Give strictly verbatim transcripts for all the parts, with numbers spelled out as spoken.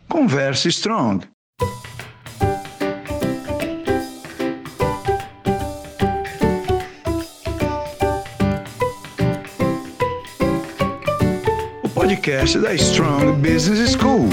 Conversa Strong. O podcast da Strong Business School.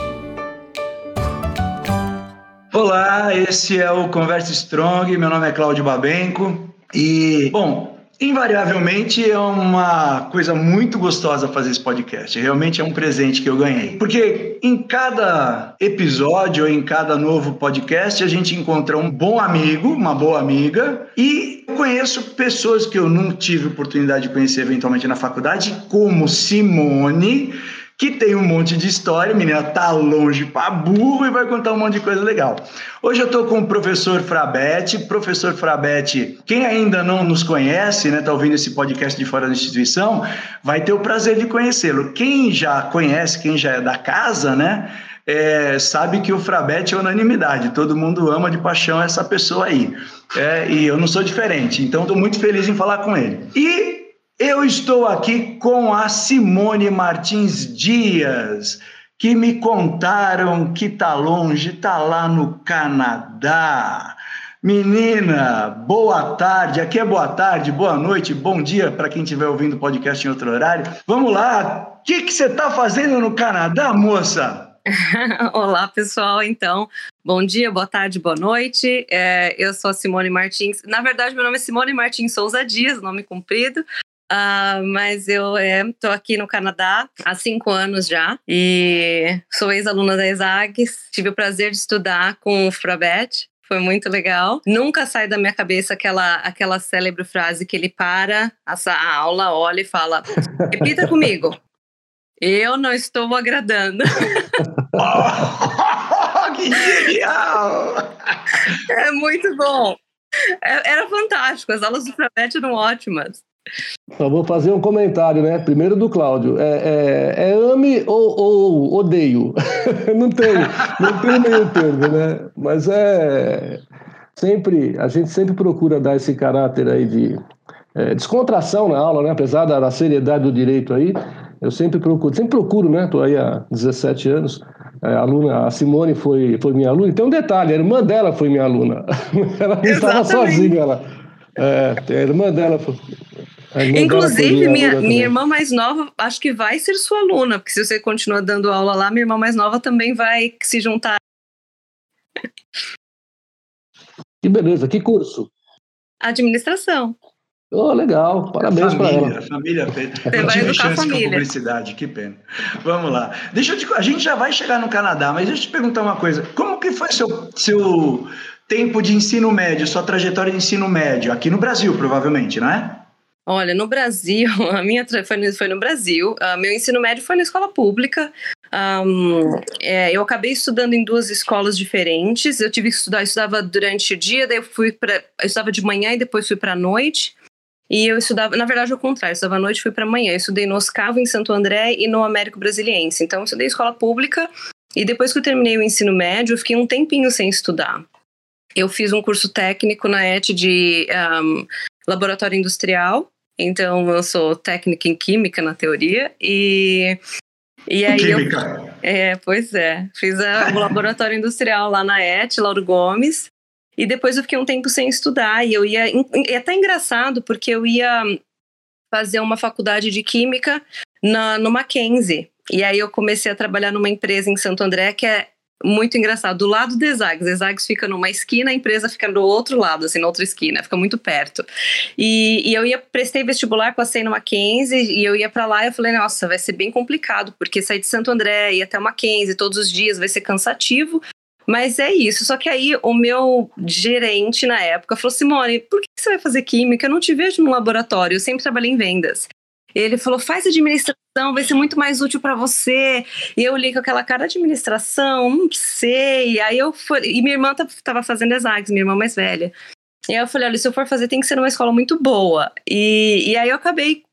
Olá, esse é o Conversa Strong, meu nome é Cláudio Babenco e, bom, invariavelmente é uma coisa muito gostosa fazer esse podcast, realmente é um presente que eu ganhei, porque em cada episódio, em cada novo podcast, a gente encontra um bom amigo, uma boa amiga, e eu conheço pessoas que eu não tive oportunidade de conhecer eventualmente na faculdade, como Simone, que tem um monte de história, a menina tá longe pra burro e vai contar um monte de coisa legal. Hoje eu tô com o professor Frabete. Professor Frabete, quem ainda não nos conhece, né, tá ouvindo esse podcast de fora da instituição, vai ter o prazer de conhecê-lo. Quem já conhece, quem já é da casa, né, é, sabe que o Frabete é unanimidade, todo mundo ama de paixão essa pessoa aí. É, e eu não sou diferente, então tô muito feliz em falar com ele. E eu estou aqui com a Simone Martins Dias, que me contaram que tá longe, tá lá no Canadá. Menina, boa tarde, aqui é boa tarde, boa noite, bom dia para quem estiver ouvindo o podcast em outro horário. Vamos lá, o que que você tá fazendo no Canadá, moça? Olá, pessoal, então, bom dia, boa tarde, boa noite, é, eu sou a Simone Martins, na verdade meu nome é Simone Martins Souza Dias, nome comprido. Uh, mas eu estou é, aqui no Canadá há cinco anos já e sou ex-aluna da ESAGS. Tive o prazer de estudar com o Frabete, foi muito legal. Nunca sai da minha cabeça aquela, aquela célebre frase que ele para a aula, olha e fala: repita comigo, eu não estou agradando. Oh, que genial! É muito bom. Era fantástico, as aulas do Frabete eram ótimas. Só vou fazer um comentário, né? Primeiro do Cláudio. É, é, é ame ou, ou odeio. não tem, não tem meio termo, né? Mas é sempre, a gente sempre procura dar esse caráter aí de é, descontração na aula, né? Apesar da, da seriedade do direito aí, eu sempre procuro, sempre procuro, né? Estou aí há dezessete anos. A aluna, a Simone foi, foi minha aluna. E tem um detalhe, a irmã dela foi minha aluna. Ela não estava sozinha, ela. É, a irmã dela foi. Inclusive, minha, minha irmã mais nova, acho que vai ser sua aluna, porque se você continua dando aula lá, minha irmã mais nova também vai se juntar. Que beleza, que curso? Administração. Oh, legal, parabéns para ela. A família fez. Você vai educar a família. Com publicidade, que pena. Vamos lá. Deixa eu te, a gente já vai chegar no Canadá, mas deixa eu te perguntar uma coisa. Como que foi seu, seu tempo de ensino médio, sua trajetória de ensino médio? Aqui no Brasil, provavelmente, não é? Olha, no Brasil, a minha foi, foi no Brasil, uh, meu ensino médio foi na escola pública, um, é, eu acabei estudando em duas escolas diferentes, eu tive que estudar, eu estudava durante o dia, daí eu fui para, eu estudava de manhã e depois fui para a noite, e eu estudava, na verdade, ao contrário, eu estudava à noite e fui para a manhã, eu estudei no Oscavo, em Santo André e no Américo Brasiliense, então eu estudei escola pública, e depois que eu terminei o ensino médio, eu fiquei um tempinho sem estudar. Eu fiz um curso técnico na E T de um, laboratório industrial, então eu sou técnica em química na teoria e, e aí química. eu, é, pois é, fiz o laboratório industrial lá na E T, Lauro Gomes, e depois eu fiquei um tempo sem estudar e eu ia, é até engraçado porque eu ia fazer uma faculdade de química na, no Mackenzie, e aí eu comecei a trabalhar numa empresa em Santo André que é muito engraçado, do lado do ESAGS, ESAGS fica numa esquina, a empresa fica do outro lado, assim, na outra esquina, fica muito perto, e, e eu ia, prestei vestibular, passei no Mackenzie, e eu ia pra lá e eu falei, nossa, vai ser bem complicado, porque sair de Santo André, ir até o Mackenzie todos os dias, vai ser cansativo, mas é isso, só que aí o meu gerente na época falou, Simone, por que você vai fazer química? Eu não te vejo no laboratório, eu sempre trabalhei em vendas. Ele falou, faz administração, vai ser muito mais útil para você. E eu li com aquela cara, administração, não sei. Aí eu fui, e minha irmã estava fazendo ESAGS, minha irmã mais velha. E aí eu falei, olha, se eu for fazer tem que ser numa escola muito boa. E, e aí eu acabei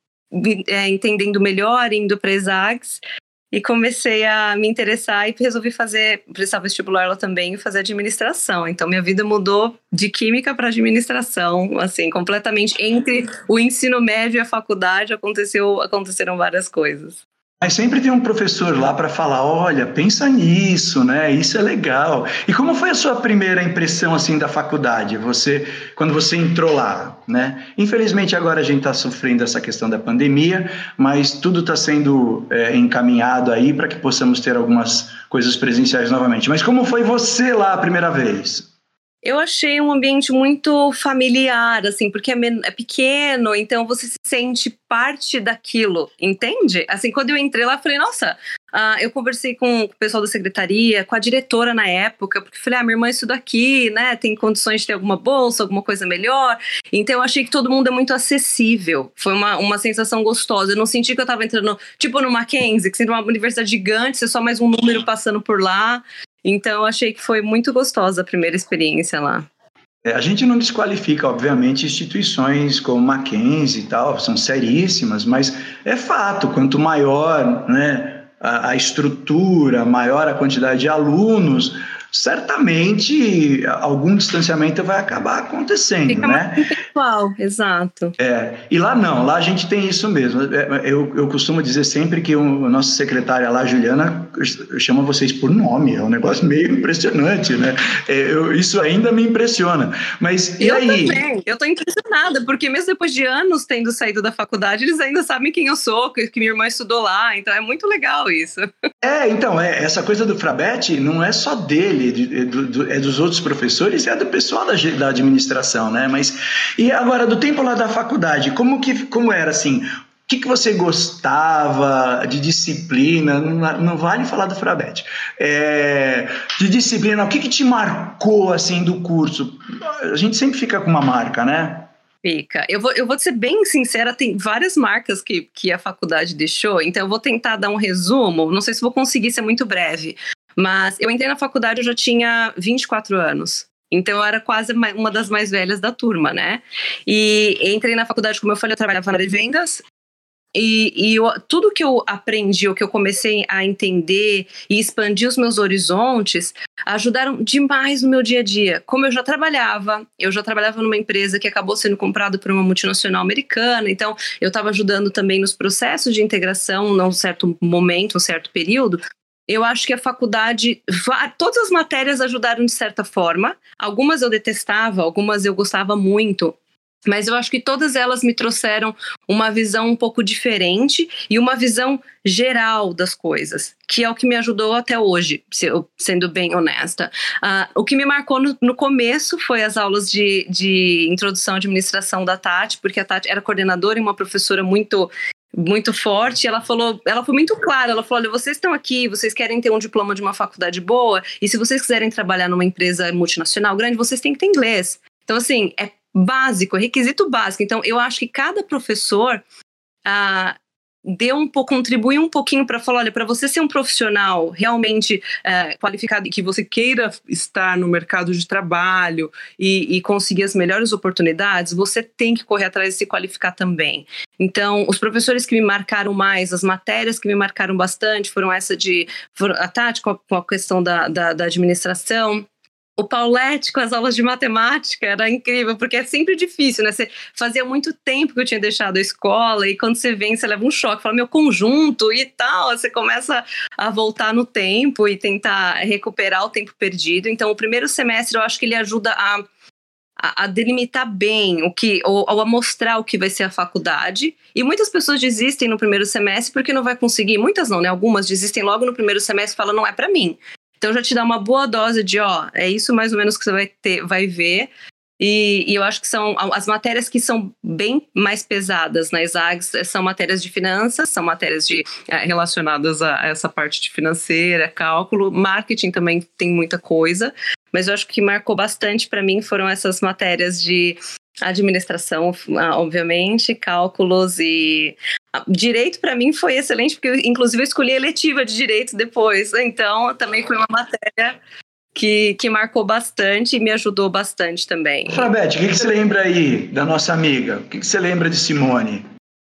é, entendendo melhor, indo para ESAGS. E comecei a me interessar e resolvi fazer, prestar vestibular lá também e fazer administração. Então, minha vida mudou de química para administração, assim, completamente. Entre o ensino médio e a faculdade aconteceu, aconteceram várias coisas. Mas sempre tem um professor lá para falar, olha, pensa nisso, né? Isso é legal. E como foi a sua primeira impressão assim da faculdade? Você, quando você entrou lá, né? Infelizmente agora a gente está sofrendo essa questão da pandemia, mas tudo está sendo é, encaminhado aí para que possamos ter algumas coisas presenciais novamente. Mas como foi você lá a primeira vez? Eu achei um ambiente muito familiar, assim, porque é, é pequeno, então você se sente parte daquilo, entende? Assim, quando eu entrei lá, eu falei, nossa, uh, eu conversei com o pessoal da secretaria, com a diretora na época, porque eu falei, ah, minha irmã estuda aqui, né, tem condições de ter alguma bolsa, alguma coisa melhor, então eu achei que todo mundo é muito acessível, foi uma, uma sensação gostosa, eu não senti que eu tava entrando, tipo no Mackenzie, que você tem uma universidade gigante, você é só mais um número passando por lá. Então, eu achei que foi muito gostosa a primeira experiência lá. É, a gente não desqualifica, obviamente, instituições como Mackenzie e tal, são seríssimas, mas é fato, quanto maior, né, a, a estrutura, maior a quantidade de alunos, certamente algum distanciamento vai acabar acontecendo, Fica né? mais pessoal, exato. É, e lá não, lá a gente tem isso mesmo. Eu, eu costumo dizer sempre que o, a nossa secretária lá, Juliana, chama vocês por nome, é um negócio meio impressionante, né? É, eu, isso ainda me impressiona. Mas e eu aí? Também, eu tô impressionada, porque mesmo depois de anos tendo saído da faculdade, eles ainda sabem quem eu sou, que, que minha irmã estudou lá, então é muito legal isso. É, então, é, essa coisa do Frabet não é só dele, é, do, do, é dos outros professores, é do pessoal da, da administração, né? Mas, e agora, do tempo lá da faculdade, como, que, como era assim? O que, que você gostava de disciplina? Não, não vale falar do Frabet. É, de disciplina, o que, que te marcou assim do curso? A gente sempre fica com uma marca, né? Fica. Eu vou, eu vou ser bem sincera, tem várias marcas que, que a faculdade deixou, então eu vou tentar dar um resumo, não sei se vou conseguir ser muito breve, mas eu entrei na faculdade, eu já tinha vinte e quatro anos. Então eu era quase uma das mais velhas da turma, né? E entrei na faculdade, como eu falei, eu trabalhava na área de vendas. E, e eu, tudo que eu aprendi, o que eu comecei a entender e expandir os meus horizontes, ajudaram demais no meu dia a dia. Como eu já trabalhava, eu já trabalhava numa empresa que acabou sendo comprada por uma multinacional americana, então eu estava ajudando também nos processos de integração num certo momento, um certo período. Eu acho que a faculdade, todas as matérias ajudaram de certa forma, algumas eu detestava, algumas eu gostava muito. Mas eu acho que todas elas me trouxeram uma visão um pouco diferente e uma visão geral das coisas, que é o que me ajudou até hoje, sendo bem honesta. Uh, o que me marcou no, no começo foi as aulas de, de introdução à administração da Tati, porque a Tati era coordenadora e uma professora muito... muito forte, ela falou, ela foi muito clara, ela falou, olha, vocês estão aqui, vocês querem ter um diploma de uma faculdade boa, e se vocês quiserem trabalhar numa empresa multinacional grande, vocês têm que ter inglês. Então, assim, é básico, é requisito básico. Então, eu acho que cada professor ah, deu um pouco, contribui um pouquinho para falar, olha, para você ser um profissional realmente ah, qualificado, que você queira estar no mercado de trabalho e, e conseguir as melhores oportunidades, você tem que correr atrás de se qualificar também. Então, os professores que me marcaram mais, as matérias que me marcaram bastante, foram essa de, foram a Tati com a, com a questão da, da, da administração. O Paulette com as aulas de matemática era incrível, porque é sempre difícil, né? Você fazia muito tempo que eu tinha deixado a escola e quando você vem, você leva um choque, fala, meu, conjunto e tal, você começa a voltar no tempo e tentar recuperar o tempo perdido. Então, o primeiro semestre eu acho que ele ajuda a, a, a delimitar bem o que, ou, ou a mostrar o que vai ser a faculdade. E muitas pessoas desistem no primeiro semestre porque não vai conseguir, muitas não, né? Algumas desistem logo no primeiro semestre e falam, não é pra mim. Então já te dá uma boa dose de, ó, é isso mais ou menos que você vai ter, vai ver. E, e eu acho que são as matérias que são bem mais pesadas nas A Gs, são matérias de finanças, são matérias de, é, relacionadas a, a essa parte de financeira, cálculo, marketing também tem muita coisa. Mas eu acho que o que marcou bastante para mim foram essas matérias de administração, obviamente, cálculos e... Direito para mim foi excelente, porque eu, inclusive eu escolhi a eletiva de Direito depois, então também foi uma matéria que, que marcou bastante e me ajudou bastante também. Frabete, o que, que você lembra aí da nossa amiga? O que, que você lembra de Simone?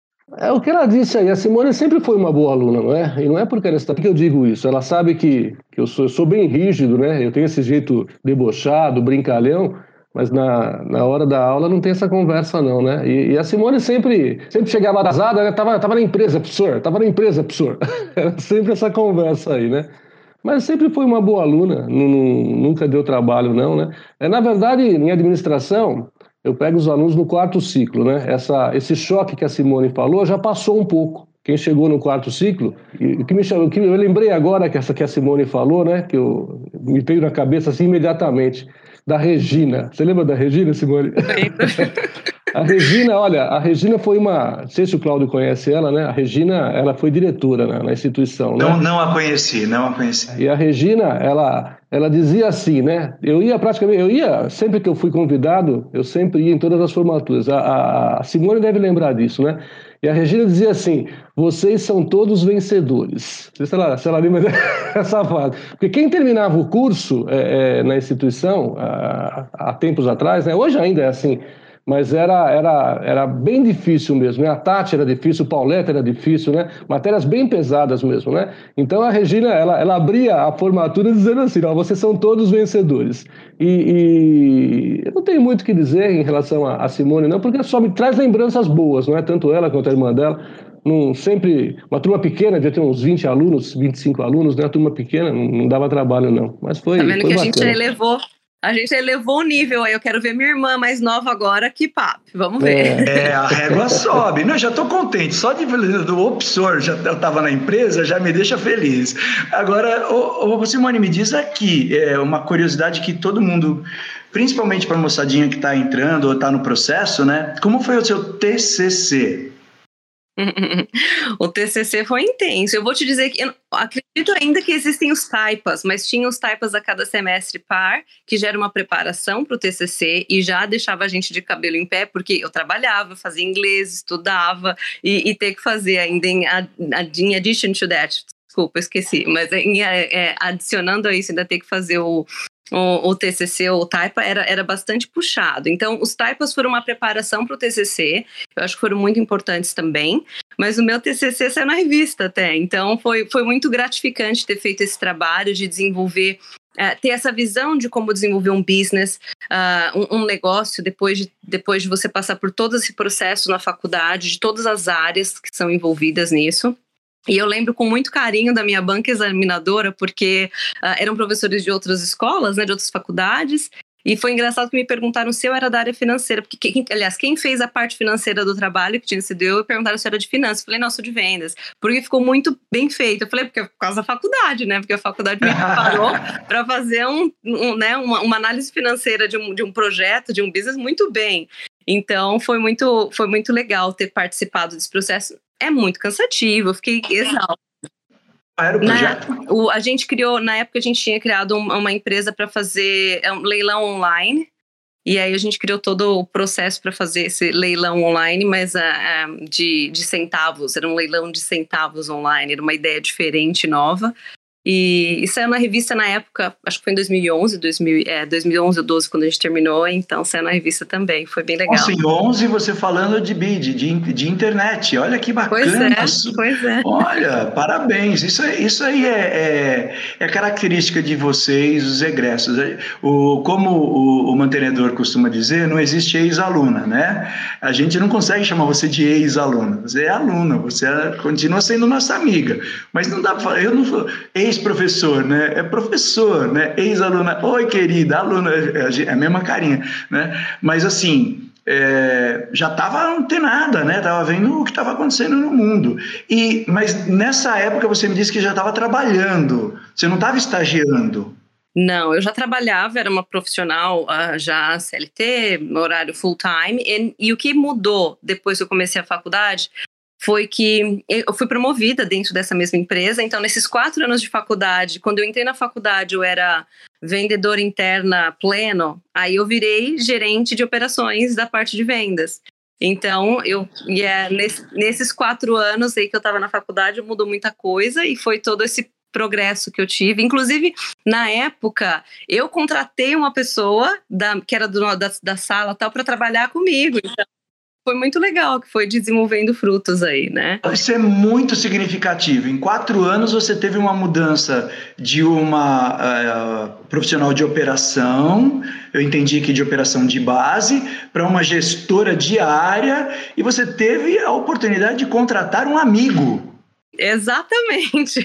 É o que ela disse aí, a Simone sempre foi uma boa aluna, não é? E não é porque ela está, porque eu digo isso, ela sabe que, que eu, sou, eu sou bem rígido, né? Eu tenho esse jeito debochado, brincalhão, Mas na, na hora da aula não tem essa conversa não, né? E, e a Simone sempre, sempre chegava atrasada, né? Tava, tava na empresa, professor, tava na empresa, professor. Era sempre essa conversa aí, né? Mas sempre foi uma boa aluna, nu- nu- nunca deu trabalho não, né? É, na verdade, em administração, eu pego os alunos no quarto ciclo, né? Essa, esse choque que a Simone falou já passou um pouco. Quem chegou no quarto ciclo, e o que me chamou, o que eu lembrei agora que essa que a Simone falou, né? Que eu, me veio na cabeça assim imediatamente, da Regina. Você lembra da Regina, Simone? A Regina, olha, a Regina foi uma, não sei se o Cláudio conhece ela, né? A Regina, ela foi diretora na, na instituição, né? Não, não a conheci, não a conheci. E a Regina, ela, ela dizia assim, né? Eu ia praticamente, eu ia, sempre que eu fui convidado, eu sempre ia em todas as formaturas. A, a, a Simone deve lembrar disso, né? E a Regina dizia assim: vocês são todos vencedores. Não sei se ela, se ela lembra dessa frase. Porque quem terminava o curso é, é, na instituição, há, há tempos atrás, né? Hoje ainda é assim. Mas era, era, era bem difícil mesmo, né? A Tati era difícil, o Pauleta era difícil, né? Matérias bem pesadas mesmo, né? Então a Regina, ela, ela abria a formatura dizendo assim, ó, vocês são todos vencedores. E, e eu não tenho muito o que dizer em relação a, a Simone, não, porque só me traz lembranças boas, não é? Tanto ela quanto a irmã dela. Num, sempre, uma turma pequena, devia ter uns vinte alunos, vinte e cinco alunos, né? Uma turma pequena, não, não dava trabalho, não. Mas foi, tá vendo foi que bacana. A gente elevou, a gente elevou o nível aí. Eu quero ver minha irmã mais nova agora, que papo. Vamos ver. É, é a régua sobe. Não, já estou contente. Só de do Opsor, já eu estava na empresa, já me deixa feliz. Agora, ô, ô, Simone, me diz aqui, é uma curiosidade que todo mundo, principalmente para a moçadinha que está entrando ou está no processo, né? Como foi o seu T C C? O T C C foi intenso. Eu vou te dizer que eu acredito ainda que existem os taipas, mas tinha os taipas a cada semestre par, que já era uma preparação para o T C C e já deixava a gente de cabelo em pé, porque eu trabalhava, fazia inglês, estudava e, e ter que fazer ainda em, in addition to that. Desculpa, esqueci, mas em, é, adicionando a isso, ainda ter que fazer o O, o T C C ou o Taipa era, era bastante puxado. Então, os Taipas foram uma preparação para o T C C, eu acho que foram muito importantes também, mas o meu T C C saiu na revista até, então foi, foi muito gratificante ter feito esse trabalho de desenvolver, uh, ter essa visão de como desenvolver um business, uh, um, um negócio, depois de, depois de você passar por todo esse processo na faculdade, de todas as áreas que são envolvidas nisso. E eu lembro com muito carinho da minha banca examinadora, porque uh, eram professores de outras escolas, né, de outras faculdades, e foi engraçado que me perguntaram se eu era da área financeira, porque, quem, aliás, quem fez a parte financeira do trabalho, que tinha sido eu, e perguntaram se eu era de finanças. Eu falei, não, eu sou de vendas, porque ficou muito bem feito. Eu falei, porque é por causa da faculdade, né, porque a faculdade me preparou para fazer um, um, né, uma, uma análise financeira de um, de um projeto, de um business muito bem. Então, foi muito, foi muito legal ter participado desse processo. É muito cansativo, eu fiquei exausta. Ah, era o projeto? Na, o, a gente criou, na época a gente tinha criado um, uma empresa para fazer um leilão online, e aí a gente criou todo o processo para fazer esse leilão online, mas uh, uh, de, de centavos, era um leilão de centavos online, era uma ideia diferente, nova. E, e saiu na revista na época, acho que foi em dois mil e onze, dois mil, é, dois mil e onze ou doze quando a gente terminou, então saiu na revista também, foi bem legal. Nossa, em onze você falando de bid, de, de internet, olha que bacana. Pois é, pois é. Olha, parabéns, isso, isso aí é, é, é característica de vocês, os egressos. O, como o, o mantenedor costuma dizer, não existe ex-aluna, né? A gente não consegue chamar você de ex-aluna, você é aluna, você é, continua sendo nossa amiga, mas não dá para eu não sou ex-professor, né? É professor, né? Ex-aluna, oi querida, aluna, é a mesma carinha, né? Mas assim, é, já estava antenada, né? Estava vendo o que estava acontecendo no mundo. E, mas nessa época você me disse que já estava trabalhando, você não estava estagiando. Não, eu já trabalhava, era uma profissional uh, já C L T, horário full time, e, e o que mudou depois que eu comecei a faculdade foi que eu fui promovida dentro dessa mesma empresa. Então, nesses quatro anos de faculdade, quando eu entrei na faculdade, eu era vendedora interna pleno, aí eu virei gerente de operações da parte de vendas. Então, eu, yeah, nesse, nesses quatro anos aí que eu estava na faculdade, mudou muita coisa e foi todo esse progresso que eu tive. Inclusive, na época, eu contratei uma pessoa da, que era do, da, da sala tal para trabalhar comigo. Então, foi muito legal, que foi desenvolvendo frutos aí, né? Isso é muito significativo. Em quatro anos você teve uma mudança de uma uh, profissional de operação, eu entendi que de operação de base, para uma gestora de área, e você teve a oportunidade de contratar um amigo. Exatamente.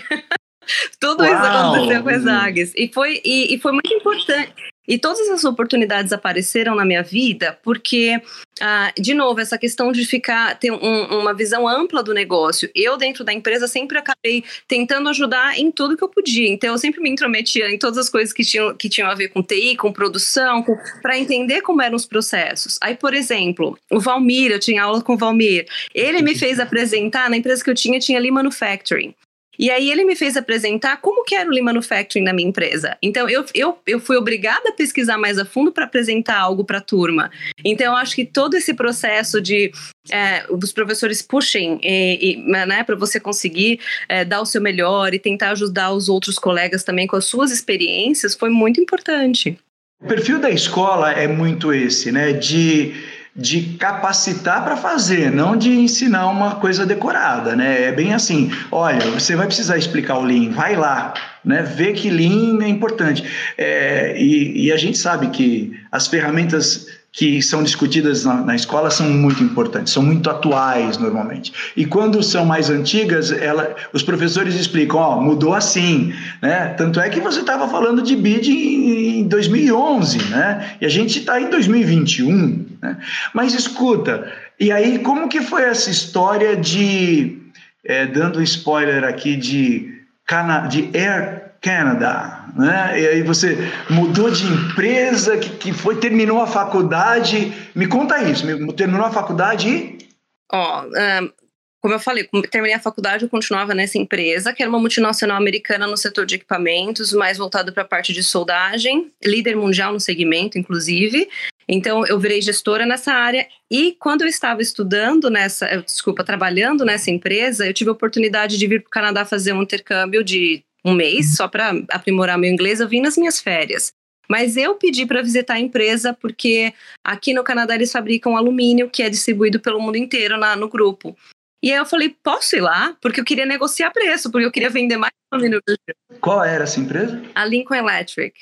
Tudo Uau, isso aconteceu com as Águias. E foi, e, e foi muito importante. E todas essas oportunidades apareceram na minha vida porque, ah, de novo, essa questão de ficar, ter um, uma visão ampla do negócio. Eu, dentro da empresa, sempre acabei tentando ajudar em tudo que eu podia. Então, eu sempre me intrometia em todas as coisas que tinham, que tinham a ver com T I, com produção, para entender como eram os processos. Aí, por exemplo, o Valmir, eu tinha aula com o Valmir. Ele me fez apresentar, na empresa que eu tinha, tinha Lean Manufacturing. E aí ele me fez apresentar como que era o Lean Manufacturing na minha empresa. Então eu, eu, eu fui obrigada a pesquisar mais a fundo para apresentar algo para a turma. Então eu acho que todo esse processo de é, os professores puxem e, e, né, para você conseguir é, dar o seu melhor e tentar ajudar os outros colegas também com as suas experiências foi muito importante. O perfil da escola é muito esse, né? De... de capacitar para fazer, não de ensinar uma coisa decorada, né? É bem assim, olha, você vai precisar explicar o Lean, vai lá, né? Vê que Lean é importante. É, e, e a gente sabe que as ferramentas que são discutidas na, na escola são muito importantes, são muito atuais normalmente. E quando são mais antigas, ela, os professores explicam, ó, mudou assim, né? Tanto é que você estava falando de B I D em, em dois mil e onze, né? E a gente está em dois mil e vinte e um, né? Mas escuta, e aí como que foi essa história de, é, dando um spoiler aqui, de, Cana, de Air Canada, né? E aí você mudou de empresa, que, que foi, terminou a faculdade, me conta isso, terminou a faculdade e... Ó, um, como eu falei, terminei a faculdade, eu continuava nessa empresa, que era uma multinacional americana no setor de equipamentos, mais voltado para a parte de soldagem, líder mundial no segmento, inclusive. Então, eu virei gestora nessa área e quando eu estava estudando nessa, desculpa, trabalhando nessa empresa, eu tive a oportunidade de vir para o Canadá fazer um intercâmbio de um mês, só para aprimorar meu inglês, eu vim nas minhas férias. Mas eu pedi para visitar a empresa porque aqui no Canadá eles fabricam alumínio que é distribuído pelo mundo inteiro na, no grupo. E aí eu falei, posso ir lá? Porque eu queria negociar preço, porque eu queria vender mais alumínio no Brasil. Qual era essa empresa? A Lincoln Electric.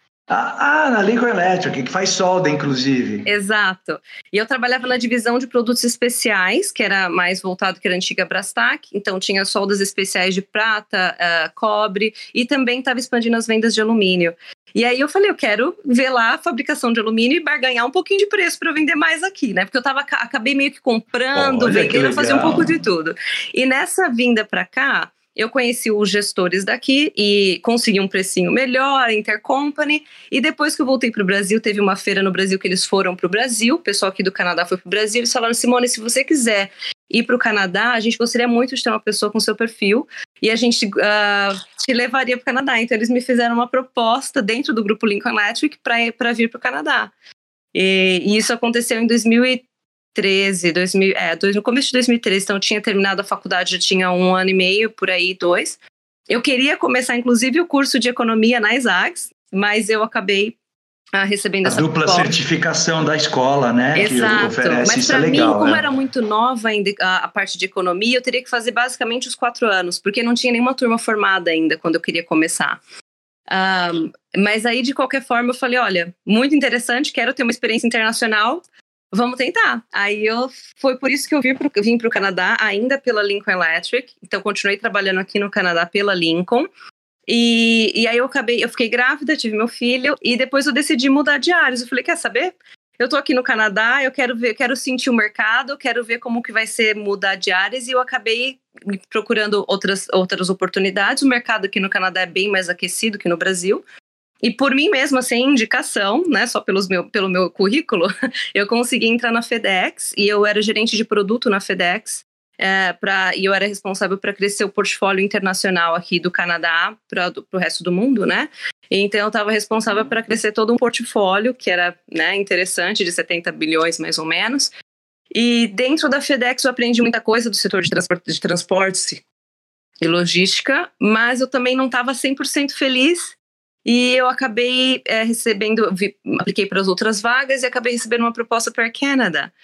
Ah, na Lincoln Electric, que faz solda, inclusive. Exato. E eu trabalhava na divisão de produtos especiais, que era mais voltado que era a antiga Brastak. Então, tinha soldas especiais de prata, uh, cobre, e também estava expandindo as vendas de alumínio. E aí eu falei, eu quero ver lá a fabricação de alumínio e barganhar um pouquinho de preço para eu vender mais aqui, né? Porque eu tava, acabei meio que comprando, Olha, vendendo, fazer um pouco de tudo. E nessa vinda para cá, eu conheci os gestores daqui e consegui um precinho melhor, intercompany. E depois que eu voltei para o Brasil, teve uma feira no Brasil que eles foram para o Brasil. O pessoal aqui do Canadá foi para o Brasil. Eles falaram, Simone, se você quiser ir para o Canadá, a gente gostaria muito de ter uma pessoa com seu perfil. E a gente uh, te levaria para o Canadá. Então, eles me fizeram uma proposta dentro do grupo Lincoln Electric para vir para o Canadá. E, e isso aconteceu em dois mil e treze, dois mil, é, dois, no começo de dois mil e treze, então eu tinha terminado a faculdade, já tinha um ano e meio, por aí, dois. Eu queria começar, inclusive, o curso de economia na Isaacs, mas eu acabei ah, recebendo a essa dupla proposta. Certificação da escola, né? Exato, que oferece, mas isso para é mim, legal, como né? era muito nova ainda a, a parte de economia, eu teria que fazer basicamente os quatro anos, porque não tinha nenhuma turma formada ainda quando eu queria começar. Um, mas aí, de qualquer forma, eu falei, olha, muito interessante, quero ter uma experiência internacional, vamos tentar. Aí eu, foi por isso que eu vim pro, vim para o Canadá, ainda pela Lincoln Electric. Então, continuei trabalhando aqui no Canadá pela Lincoln. E, e aí eu acabei, eu fiquei grávida, tive meu filho, e depois eu decidi mudar de áreas. Eu falei, quer saber? Eu tô aqui no Canadá, eu quero ver, quero sentir o mercado, quero ver como que vai ser mudar de áreas, e eu acabei procurando outras, outras oportunidades. O mercado aqui no Canadá é bem mais aquecido que no Brasil. E por mim mesma, sem indicação, né, só pelos meu, pelo meu currículo, eu consegui entrar na FedEx e eu era gerente de produto na FedEx é, pra, e eu era responsável para crescer o portfólio internacional aqui do Canadá para o resto do mundo, né? Então eu estava responsável para crescer todo um portfólio que era, né, interessante, de setenta bilhões mais ou menos. E dentro da FedEx eu aprendi muita coisa do setor de, transporte, de transportes e logística, mas eu também não estava cem por cento feliz. E eu acabei é, recebendo, vi, apliquei para as outras vagas e acabei recebendo uma proposta para a Canadá.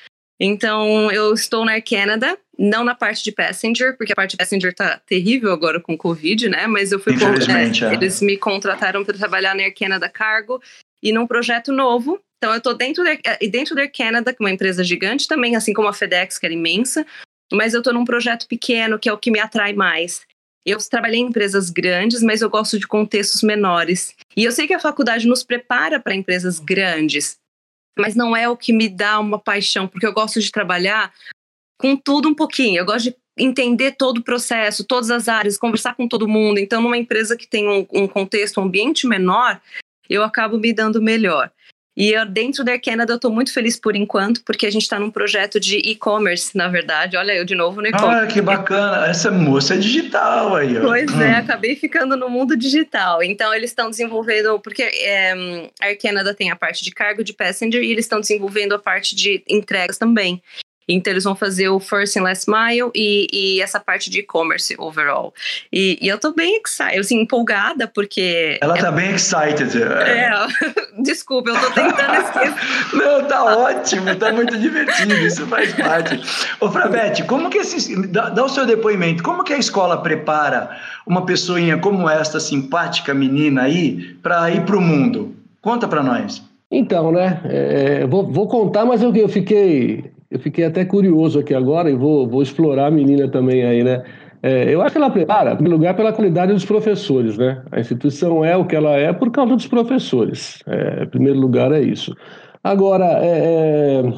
Então, eu estou na Air Canada, não na parte de passenger, porque a parte de passenger tá terrível agora com o Covid, né? Mas eu fui... Infelizmente, é, é. Eles me contrataram para trabalhar na Air Canada Cargo e num projeto novo. Então, eu estou dentro da, dentro da Air Canada, que é uma empresa gigante também, assim como a FedEx, que era imensa. Mas eu estou num projeto pequeno, que é o que me atrai mais. Eu trabalhei em empresas grandes, mas eu gosto de contextos menores. E eu sei que a faculdade nos prepara para empresas grandes, mas não é o que me dá uma paixão, porque eu gosto de trabalhar com tudo um pouquinho. Eu gosto de entender todo o processo, todas as áreas, conversar com todo mundo. Então, numa empresa que tem um, um contexto, um ambiente menor, eu acabo me dando melhor. E eu, dentro da Air Canada, eu estou muito feliz por enquanto, porque a gente está num projeto de e-commerce, na verdade. Olha, eu de novo no e-commerce. Ah, que bacana. Essa moça é digital aí, ó. Pois hum. é, acabei ficando no mundo digital. Então, eles estão desenvolvendo... Porque é, a Air Canada tem a parte de cargo de passenger e eles estão desenvolvendo a parte de entregas também. Então, eles vão fazer o First and Last Mile e, e essa parte de e-commerce overall. E, e eu tô bem excited, assim, empolgada, porque... Ela é, tá bem excited. É, desculpa, eu tô tentando esquecer. Não, tá ótimo, tá muito divertido, isso faz parte. Ô, Frabete, como que esse... Dá, dá o seu depoimento. Como que a escola prepara uma pessoinha como esta simpática menina aí para ir pro mundo? Conta para nós. Então, né, é, vou, vou contar, mas eu, eu fiquei... Eu fiquei até curioso aqui agora e vou, vou explorar a menina também aí, né? É, eu acho que ela prepara, em primeiro lugar, pela qualidade dos professores, né? A instituição é o que ela é por causa dos professores. É, em primeiro lugar, é isso. Agora, é, é,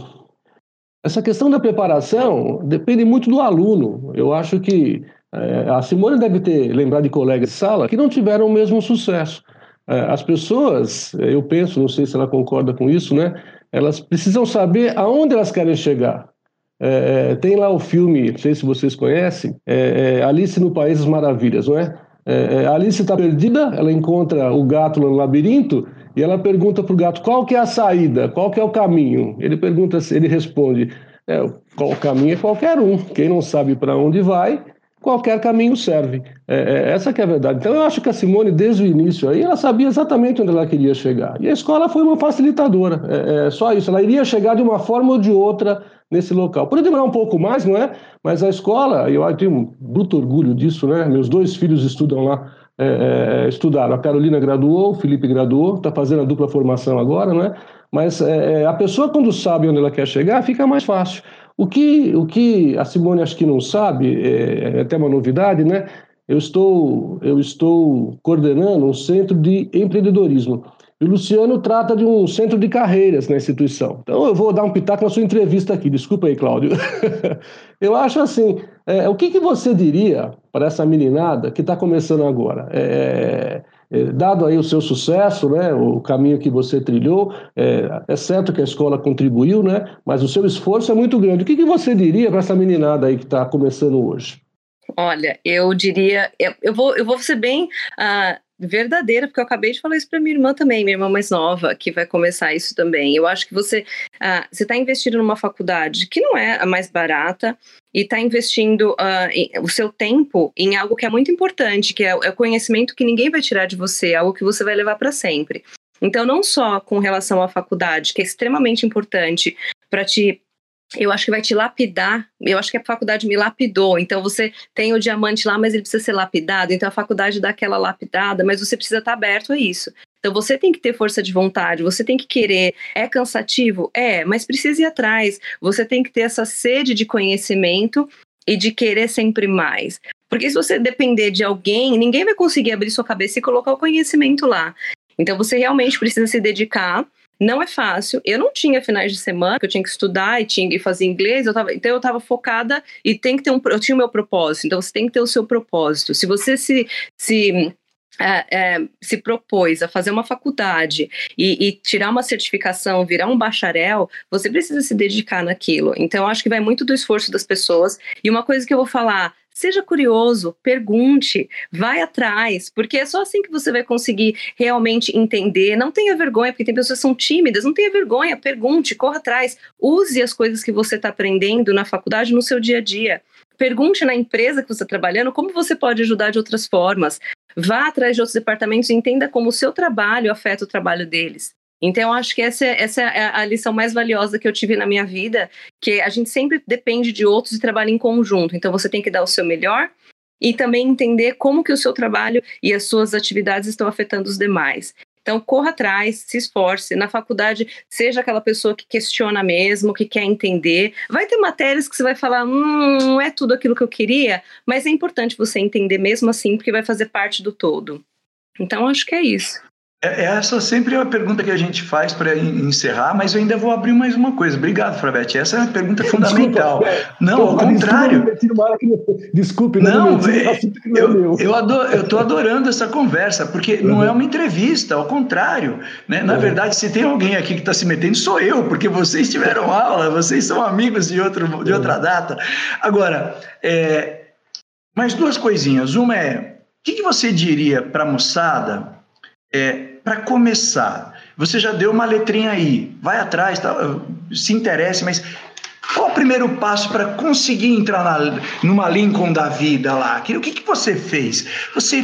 essa questão da preparação depende muito do aluno. Eu acho que é, a Simone deve ter lembrado de colegas de sala que não tiveram o mesmo sucesso. É, as pessoas, eu penso, não sei se ela concorda com isso, né? Elas precisam saber aonde elas querem chegar. É, tem lá o filme, não sei se vocês conhecem, é, é Alice no País das Maravilhas, não é? É, a Alice está perdida, ela encontra o gato no labirinto e ela pergunta para o gato qual que é a saída, qual que é o caminho. Ele pergunta, ele responde, é, qual o caminho é qualquer um. Quem não sabe para onde vai, qualquer caminho serve. É, é, essa que é a verdade. Então eu acho que a Simone, desde o início, aí, ela sabia exatamente onde ela queria chegar. E a escola foi uma facilitadora. É, é só isso. Ela iria chegar de uma forma ou de outra nesse local. Pode demorar um pouco mais, não é? Mas a escola, eu tenho um bruto orgulho disso, né? Meus dois filhos estudam lá, é, é, estudaram. A Carolina graduou, o Felipe graduou, está fazendo a dupla formação agora, não é? Mas é, a pessoa, quando sabe onde ela quer chegar, fica mais fácil. O que, o que a Simone acho que não sabe, é, é até uma novidade, né? Eu estou, eu estou coordenando um centro de empreendedorismo. E o Luciano trata de um centro de carreiras na instituição. Então eu vou dar um pitaco na sua entrevista aqui. Desculpa aí, Cláudio. Eu acho assim, é, o que, que você diria para essa meninada que está começando agora? É, é, dado aí o seu sucesso, né, o caminho que você trilhou, é, é certo que a escola contribuiu, né, mas o seu esforço é muito grande. O que, que você diria para essa meninada aí que está começando hoje? Olha, eu diria, eu, eu, vou, eu vou ser bem uh, verdadeira, porque eu acabei de falar isso para minha irmã também, minha irmã mais nova, que vai começar isso também. Eu acho que você uh, você está investindo numa faculdade que não é a mais barata e está investindo uh, em, o seu tempo em algo que é muito importante, que é, é o conhecimento que ninguém vai tirar de você, algo que você vai levar para sempre. Então, não só com relação à faculdade, que é extremamente importante para te... Eu acho que vai te lapidar. Eu acho que a faculdade me lapidou. Então você tem o diamante lá, mas ele precisa ser lapidado. Então a faculdade dá aquela lapidada, mas você precisa estar aberto a isso. Então você tem que ter força de vontade, você tem que querer. É cansativo? É, mas precisa ir atrás. Você tem que ter essa sede de conhecimento e de querer sempre mais. Porque se você depender de alguém, ninguém vai conseguir abrir sua cabeça e colocar o conhecimento lá. Então você realmente precisa se dedicar. Não é fácil, eu não tinha finais de semana, que eu tinha que estudar e tinha que fazer inglês, eu tava, então eu estava focada e tem que ter um, eu tinha o meu propósito, então você tem que ter o seu propósito. Se você se, se, é, é, se propôs a fazer uma faculdade e, e tirar uma certificação, virar um bacharel, você precisa se dedicar naquilo. Então eu acho que vai muito do esforço das pessoas. E uma coisa que eu vou falar: seja curioso, pergunte, vai atrás, porque é só assim que você vai conseguir realmente entender. Não tenha vergonha, porque tem pessoas que são tímidas, não tenha vergonha, pergunte, corra atrás, use as coisas que você está aprendendo na faculdade no seu dia a dia. Pergunte na empresa que você está trabalhando como você pode ajudar de outras formas. Vá atrás de outros departamentos e entenda como o seu trabalho afeta o trabalho deles. Então, eu acho que essa, essa é a lição mais valiosa que eu tive na minha vida, que a gente sempre depende de outros e trabalha em conjunto. Então, você tem que dar o seu melhor e também entender como que o seu trabalho e as suas atividades estão afetando os demais. Então, corra atrás, se esforce. Na faculdade, seja aquela pessoa que questiona mesmo, que quer entender. Vai ter matérias que você vai falar, hum, não é tudo aquilo que eu queria, mas é importante você entender mesmo assim, porque vai fazer parte do todo. Então, acho que é isso. Essa sempre é a pergunta que a gente faz para encerrar, mas eu ainda vou abrir mais uma coisa. Obrigado, Frabete. Essa é a pergunta fundamental. Desculpa, não, ao contrário. Desculpe, não, não é, eu, eu, adoro, eu tô adorando essa conversa, porque uhum. não é uma entrevista, ao contrário. Né? Na uhum. verdade, se tem alguém aqui que está se metendo, sou eu, porque vocês tiveram aula, vocês são amigos de, outro, de outra data. Agora, é, mais duas coisinhas. Uma é, o que, que você diria para a moçada? É, para começar, você já deu uma letrinha aí, vai atrás, tá, se interesse, mas qual o primeiro passo para conseguir entrar na, numa Lincoln da vida lá? O que, que você fez? Você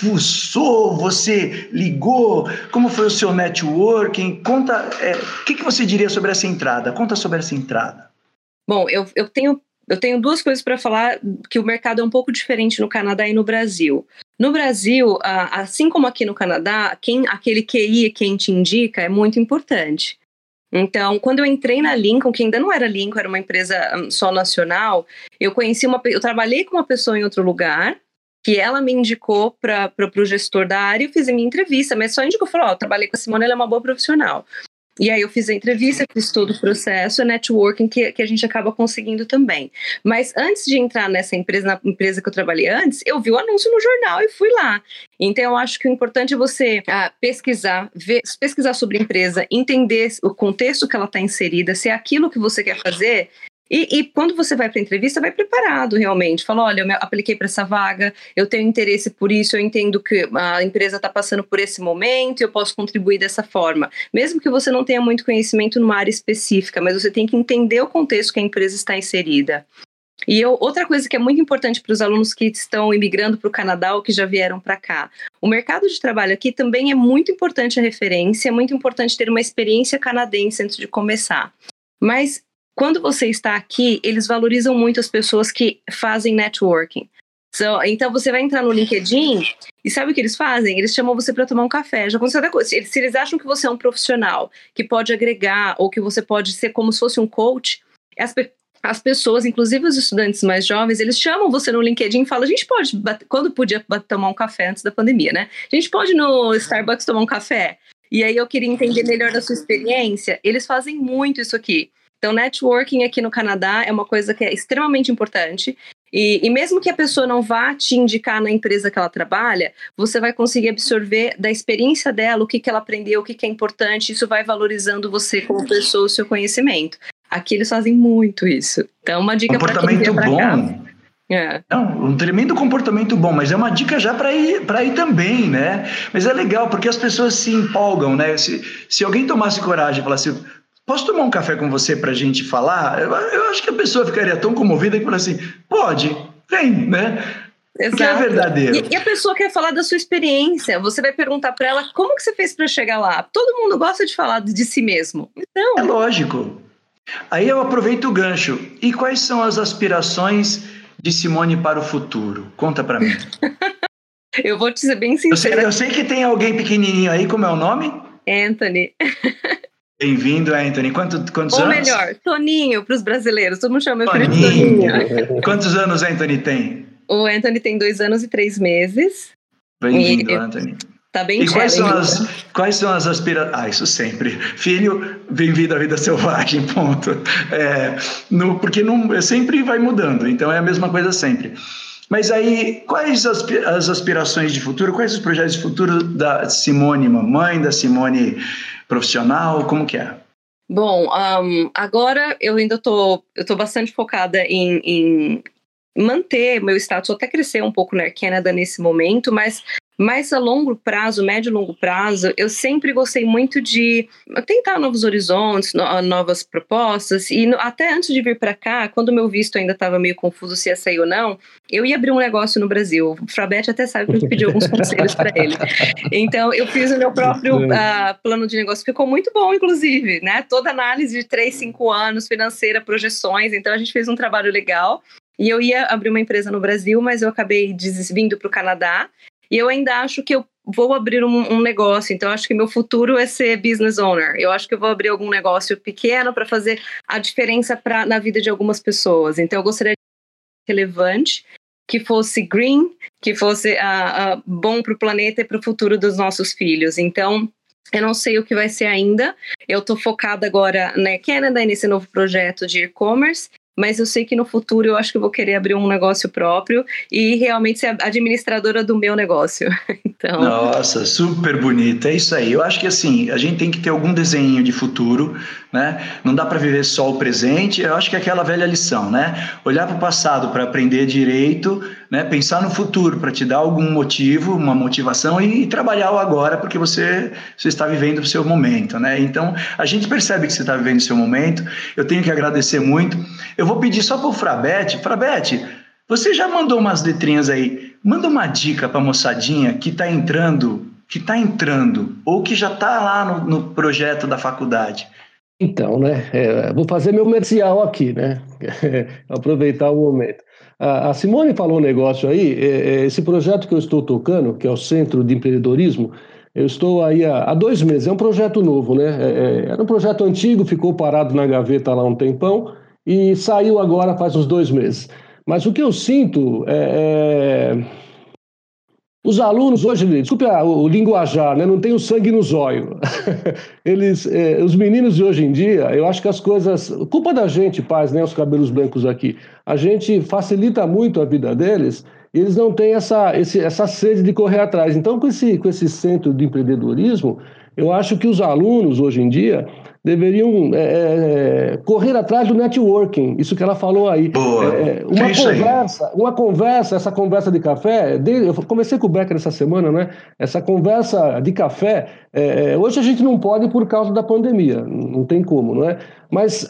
fuçou, você ligou? Como foi o seu networking? Conta, é, o que, que você diria sobre essa entrada? Conta sobre essa entrada. Bom, eu, eu tenho... Eu tenho duas coisas para falar, que o mercado é um pouco diferente no Canadá e no Brasil. No Brasil, assim como aqui no Canadá, quem, aquele Q I, quem te indica, é muito importante. Então, quando eu entrei na Lincoln, que ainda não era Lincoln, era uma empresa só nacional, eu conheci uma, eu trabalhei com uma pessoa em outro lugar, que ela me indicou para o gestor da área, eu fiz a minha entrevista, mas só indicou, falou, ó, oh, trabalhei com a Simone, ela é uma boa profissional. E aí eu fiz a entrevista, fiz todo o processo, é networking que, que a gente acaba conseguindo também. Mas antes de entrar nessa empresa, na empresa que eu trabalhei antes, eu vi o anúncio no jornal e fui lá. Então eu acho que o importante é você ah, pesquisar, ver, pesquisar sobre a empresa, entender o contexto que ela está inserida, se é aquilo que você quer fazer. E, e quando você vai para a entrevista, vai preparado realmente. Fala, olha, eu me apliquei para essa vaga, eu tenho interesse por isso, eu entendo que a empresa está passando por esse momento e eu posso contribuir dessa forma. Mesmo que você não tenha muito conhecimento numa área específica, mas você tem que entender o contexto que a empresa está inserida. E eu, outra coisa que é muito importante para os alunos que estão imigrando para o Canadá ou que já vieram para cá, o mercado de trabalho aqui também é muito importante a referência, é muito importante ter uma experiência canadense antes de começar. Mas quando você está aqui, eles valorizam muito as pessoas que fazem networking. So, então, você vai entrar no LinkedIn e sabe o que eles fazem? Eles chamam você para tomar um café. Já aconteceu outra coisa. Se eles, se eles acham que você é um profissional que pode agregar ou que você pode ser como se fosse um coach, as, as pessoas, inclusive os estudantes mais jovens, eles chamam você no LinkedIn e falam, a gente pode, bater, quando podia bater, tomar um café antes da pandemia, né? A gente pode ir no Starbucks tomar um café? E aí eu queria entender melhor da sua experiência. Eles fazem muito isso aqui. Então, networking aqui no Canadá é uma coisa que é extremamente importante e, e mesmo que a pessoa não vá te indicar na empresa que ela trabalha, você vai conseguir absorver da experiência dela o que, que ela aprendeu, o que, que é importante, isso vai valorizando você como pessoa, o seu conhecimento. Aqui eles fazem muito isso. Então, uma dica para quem vier pra cá. É. Não, um tremendo comportamento bom, mas é uma dica já para ir, para ir também, né? Mas é legal, porque as pessoas se empolgam, né? Se, se alguém tomasse coragem e falasse... Posso tomar um café com você para a gente falar? Eu, eu acho que a pessoa ficaria tão comovida que fala assim, pode, vem, né? Exato. Porque é verdadeiro. E, e a pessoa quer falar da sua experiência, você vai perguntar para ela como que você fez para chegar lá. Todo mundo gosta de falar de si mesmo. Então... É lógico. Aí eu aproveito o gancho. E quais são as aspirações de Simone para o futuro? Conta para mim. Eu vou te ser bem sincera. Eu sei, eu sei que tem alguém pequenininho aí, como é o nome? Anthony. Bem-vindo, Anthony. Quanto, quantos Ou anos? Ou melhor, Toninho, para os brasileiros. Todo mundo chama meu filho de Toninho. Quantos anos Anthony tem? O Anthony tem dois anos e três meses. Bem-vindo, e... Anthony. Tá bem. E quais são, as, quais são as aspirações? Ah, isso sempre. Filho, bem-vindo à vida selvagem, ponto. É, no, porque não, sempre vai mudando, então é a mesma coisa sempre. Mas aí, quais as, as aspirações de futuro? Quais os projetos de futuro da Simone mamãe, da Simone profissional? Como que é? Bom, um, agora eu ainda tô, eu tô bastante focada em, em manter meu status, até crescer um pouco na Air Canada nesse momento, mas Mas a longo prazo, médio e longo prazo, eu sempre gostei muito de tentar novos horizontes, no, novas propostas, e no, até antes de vir para cá, quando o meu visto ainda estava meio confuso se ia sair ou não, eu ia abrir um negócio no Brasil. O Frabete até sabe que eu pedi alguns conselhos para ele. Então, eu fiz o meu próprio uh, plano de negócio, ficou muito bom, inclusive, né? Toda análise de três, cinco anos, financeira, projeções, então a gente fez um trabalho legal. E eu ia abrir uma empresa no Brasil, mas eu acabei vindo para o Canadá. E eu ainda acho que eu vou abrir um, um negócio. Então, eu acho que meu futuro é ser business owner. Eu acho que eu vou abrir algum negócio pequeno para fazer a diferença pra, na vida de algumas pessoas. Então, eu gostaria de ser relevante, que fosse green, que fosse uh, uh, bom para o planeta e para o futuro dos nossos filhos. Então, eu não sei o que vai ser ainda. Eu estou focada agora na Canadá e nesse novo projeto de e-commerce. Mas eu sei que no futuro eu acho que eu vou querer abrir um negócio próprio e realmente ser administradora do meu negócio. Então... Nossa, super bonito, é isso aí. Eu acho que assim, a gente tem que ter algum desenho de futuro, né? Não dá para viver só o presente. Eu acho que é aquela velha lição, né? Olhar para o passado para aprender direito, né? Pensar no futuro para te dar algum motivo, uma motivação e, e trabalhar o agora porque você, você está vivendo o seu momento, né? Então, a gente percebe que você está vivendo o seu momento. Eu tenho que agradecer muito. Eu vou pedir só para o Frabete. Frabete, você já mandou umas letrinhas aí. Manda uma dica para a moçadinha que está entrando, que está entrando, ou que já está lá no, no projeto da faculdade. Então, né? É, vou fazer meu comercial aqui, né? Aproveitar o momento. A, a Simone falou um negócio aí. É, esse projeto que eu estou tocando, que é o Centro de Empreendedorismo, eu estou aí há, há dois meses. É um projeto novo, né? É, era um projeto antigo, ficou parado na gaveta lá um tempão. E saiu agora faz uns dois meses. Mas o que eu sinto é... é... Os alunos hoje, desculpe o linguajar, né? Não tem o sangue no zóio. Eles, é... Os meninos de hoje em dia, eu acho que as coisas... Culpa da gente, pais, né? Os cabelos brancos aqui. A gente facilita muito a vida deles e eles não têm essa, esse, essa sede de correr atrás. Então, com esse, com esse centro de empreendedorismo, eu acho que os alunos hoje em dia deveriam é, correr atrás do networking, isso que ela falou aí. Boa. É, uma é conversa, aí? uma conversa, essa conversa de café, de, eu comecei com o Becker essa semana, né? Essa conversa de café, é, hoje a gente não pode por causa da pandemia, não tem como, não é? Mas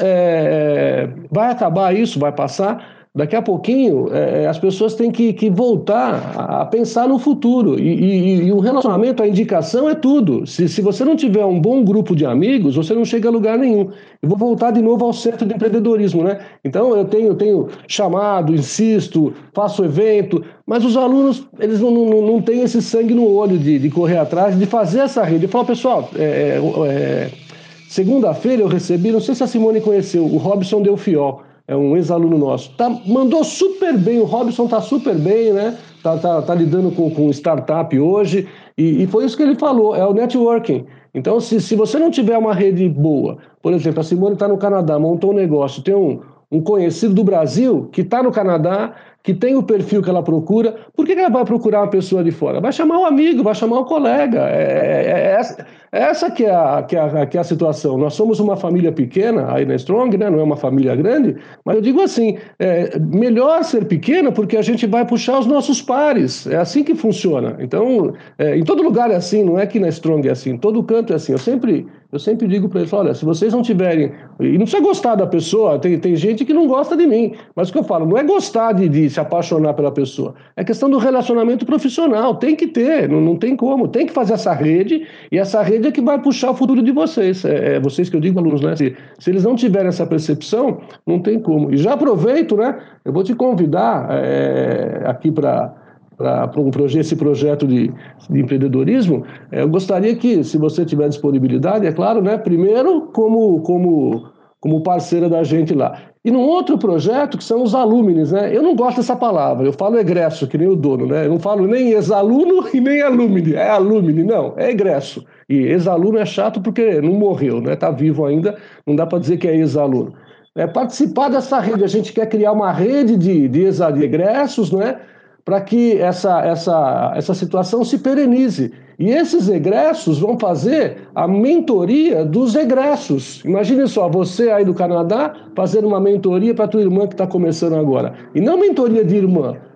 é, vai acabar isso, vai passar. Daqui a pouquinho, é, as pessoas têm que, que voltar a, a pensar no futuro. E, e, e o relacionamento, a indicação é tudo. Se, se você não tiver um bom grupo de amigos, você não chega a lugar nenhum. Eu vou voltar de novo ao centro de empreendedorismo, né? Então, eu tenho, tenho chamado, insisto, faço evento, mas os alunos, eles não, não, não têm esse sangue no olho de, de correr atrás, de fazer essa rede. Eu falo, pessoal, é, é, segunda-feira eu recebi, não sei se a Simone conheceu, o Robson Delfiol. É um ex-aluno nosso. Tá, mandou super bem, o Robson tá super bem, né? Tá, tá, tá lidando com, com startup hoje. E, e foi isso que ele falou, é o networking. Então, se, se você não tiver uma rede boa, por exemplo, a Simone está no Canadá, montou um negócio, tem um, um conhecido do Brasil que está no Canadá, que tem o perfil que ela procura, por que ela vai procurar uma pessoa de fora? Vai chamar um amigo, vai chamar um colega. É, é, é essa, é essa que, é a, que, é a, que é a situação. Nós somos uma família pequena aí na Strong, né? Não é uma família grande, mas eu digo assim, é melhor ser pequena porque a gente vai puxar os nossos pares. É assim que funciona. Então, é, em todo lugar é assim, não é que na Strong é assim, em todo canto é assim. Eu sempre... Eu sempre digo para eles, olha, se vocês não tiverem... E não precisa gostar da pessoa, tem, tem gente que não gosta de mim. Mas o que eu falo, não é gostar de, de se apaixonar pela pessoa. É questão do relacionamento profissional. Tem que ter, não, não tem como. Tem que fazer essa rede, e essa rede é que vai puxar o futuro de vocês. É, é vocês que eu digo, alunos, né? Se, se eles não tiverem essa percepção, não tem como. E já aproveito, né? Eu vou te convidar é, aqui para... para um projeto, esse projeto de, de empreendedorismo, eu gostaria que, se você tiver disponibilidade, é claro, né, primeiro como, como, como parceira da gente lá. E num outro projeto, que são os alumnis, né? Eu não gosto dessa palavra, eu falo egresso, que nem o dono, né? Eu não falo nem ex-aluno e nem alumni, é alumni, não, é egresso. E ex-aluno é chato porque não morreu, né? Tá vivo ainda, não dá para dizer que é ex-aluno. É participar dessa rede, a gente quer criar uma rede de, de egressos, né? Para que essa, essa, essa situação se perenize. E esses egressos vão fazer a mentoria dos egressos. Imagine só, você aí do Canadá fazendo uma mentoria para a tua irmã que está começando agora. E não mentoria de irmã,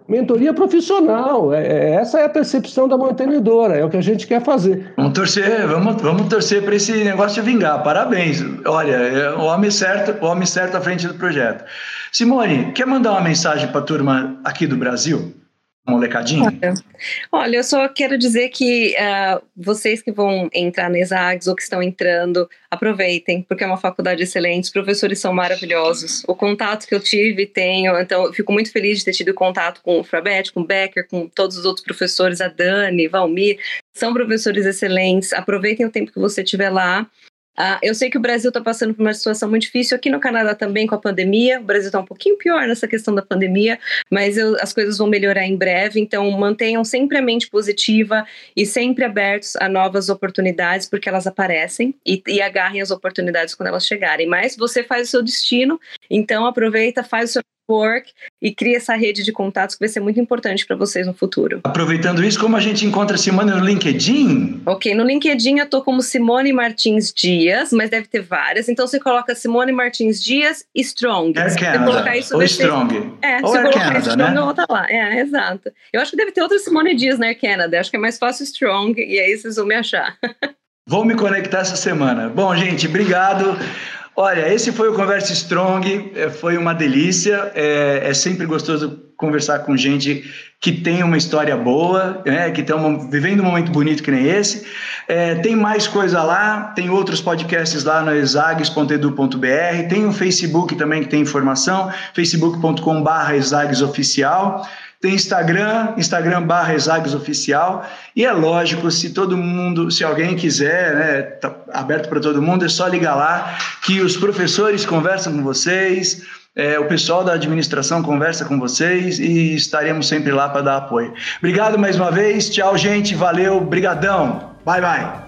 mentoria profissional. É, essa é a percepção da mantenedora, é o que a gente quer fazer. Vamos torcer, vamos, vamos torcer para esse negócio de vingar. Parabéns. Olha, é o homem certo, o homem certo à frente do projeto. Simone, quer mandar uma mensagem para a turma aqui do Brasil? Molecadinho? Olha, olha, eu só quero dizer que uh, vocês que vão entrar na ESAGS ou que estão entrando, aproveitem, porque é uma faculdade excelente, os professores são maravilhosos. O contato que eu tive, tenho, então eu fico muito feliz de ter tido contato com o Frabete, com o Becker, com todos os outros professores, a Dani, Valmir, são professores excelentes. Aproveitem o tempo que você estiver lá. Uh, eu sei que o Brasil está passando por uma situação muito difícil, aqui no Canadá também com a pandemia, o Brasil está um pouquinho pior nessa questão da pandemia, mas eu, as coisas vão melhorar em breve, então mantenham sempre a mente positiva e sempre abertos a novas oportunidades, porque elas aparecem, e, e agarrem as oportunidades quando elas chegarem, mas você faz o seu destino, então aproveita, faz o seu work e cria essa rede de contatos que vai ser muito importante para vocês no futuro. Aproveitando isso, como a gente encontra a Simone no LinkedIn? Ok, no LinkedIn eu tô como Simone Martins Dias, mas deve ter várias, então você coloca Simone Martins Dias e Strong. Air se Canada, você colocar isso, ou vai Strong. Ser... É, ou se Air colocar Canada, Strong, né? eu vou estar lá. É, exato. Eu acho que deve ter outra Simone Dias na Air Canada, acho que é mais fácil Strong, e aí vocês vão me achar. Vou me conectar essa semana. Bom, gente, obrigado. Olha, esse foi o Conversa Strong, foi uma delícia, é, é sempre gostoso conversar com gente que tem uma história boa, né, que estão vivendo um momento bonito que nem esse. É, tem mais coisa lá, tem outros podcasts lá no exags ponto edu ponto br, tem o Facebook também que tem informação, facebook ponto com barra exags oficial. Tem Instagram, Instagram barra Exags Oficial, e é lógico, se todo mundo, se alguém quiser, né, tá aberto para todo mundo, é só ligar lá, que os professores conversam com vocês, é, o pessoal da administração conversa com vocês, e estaremos sempre lá para dar apoio. Obrigado mais uma vez, tchau gente, valeu, brigadão, bye bye.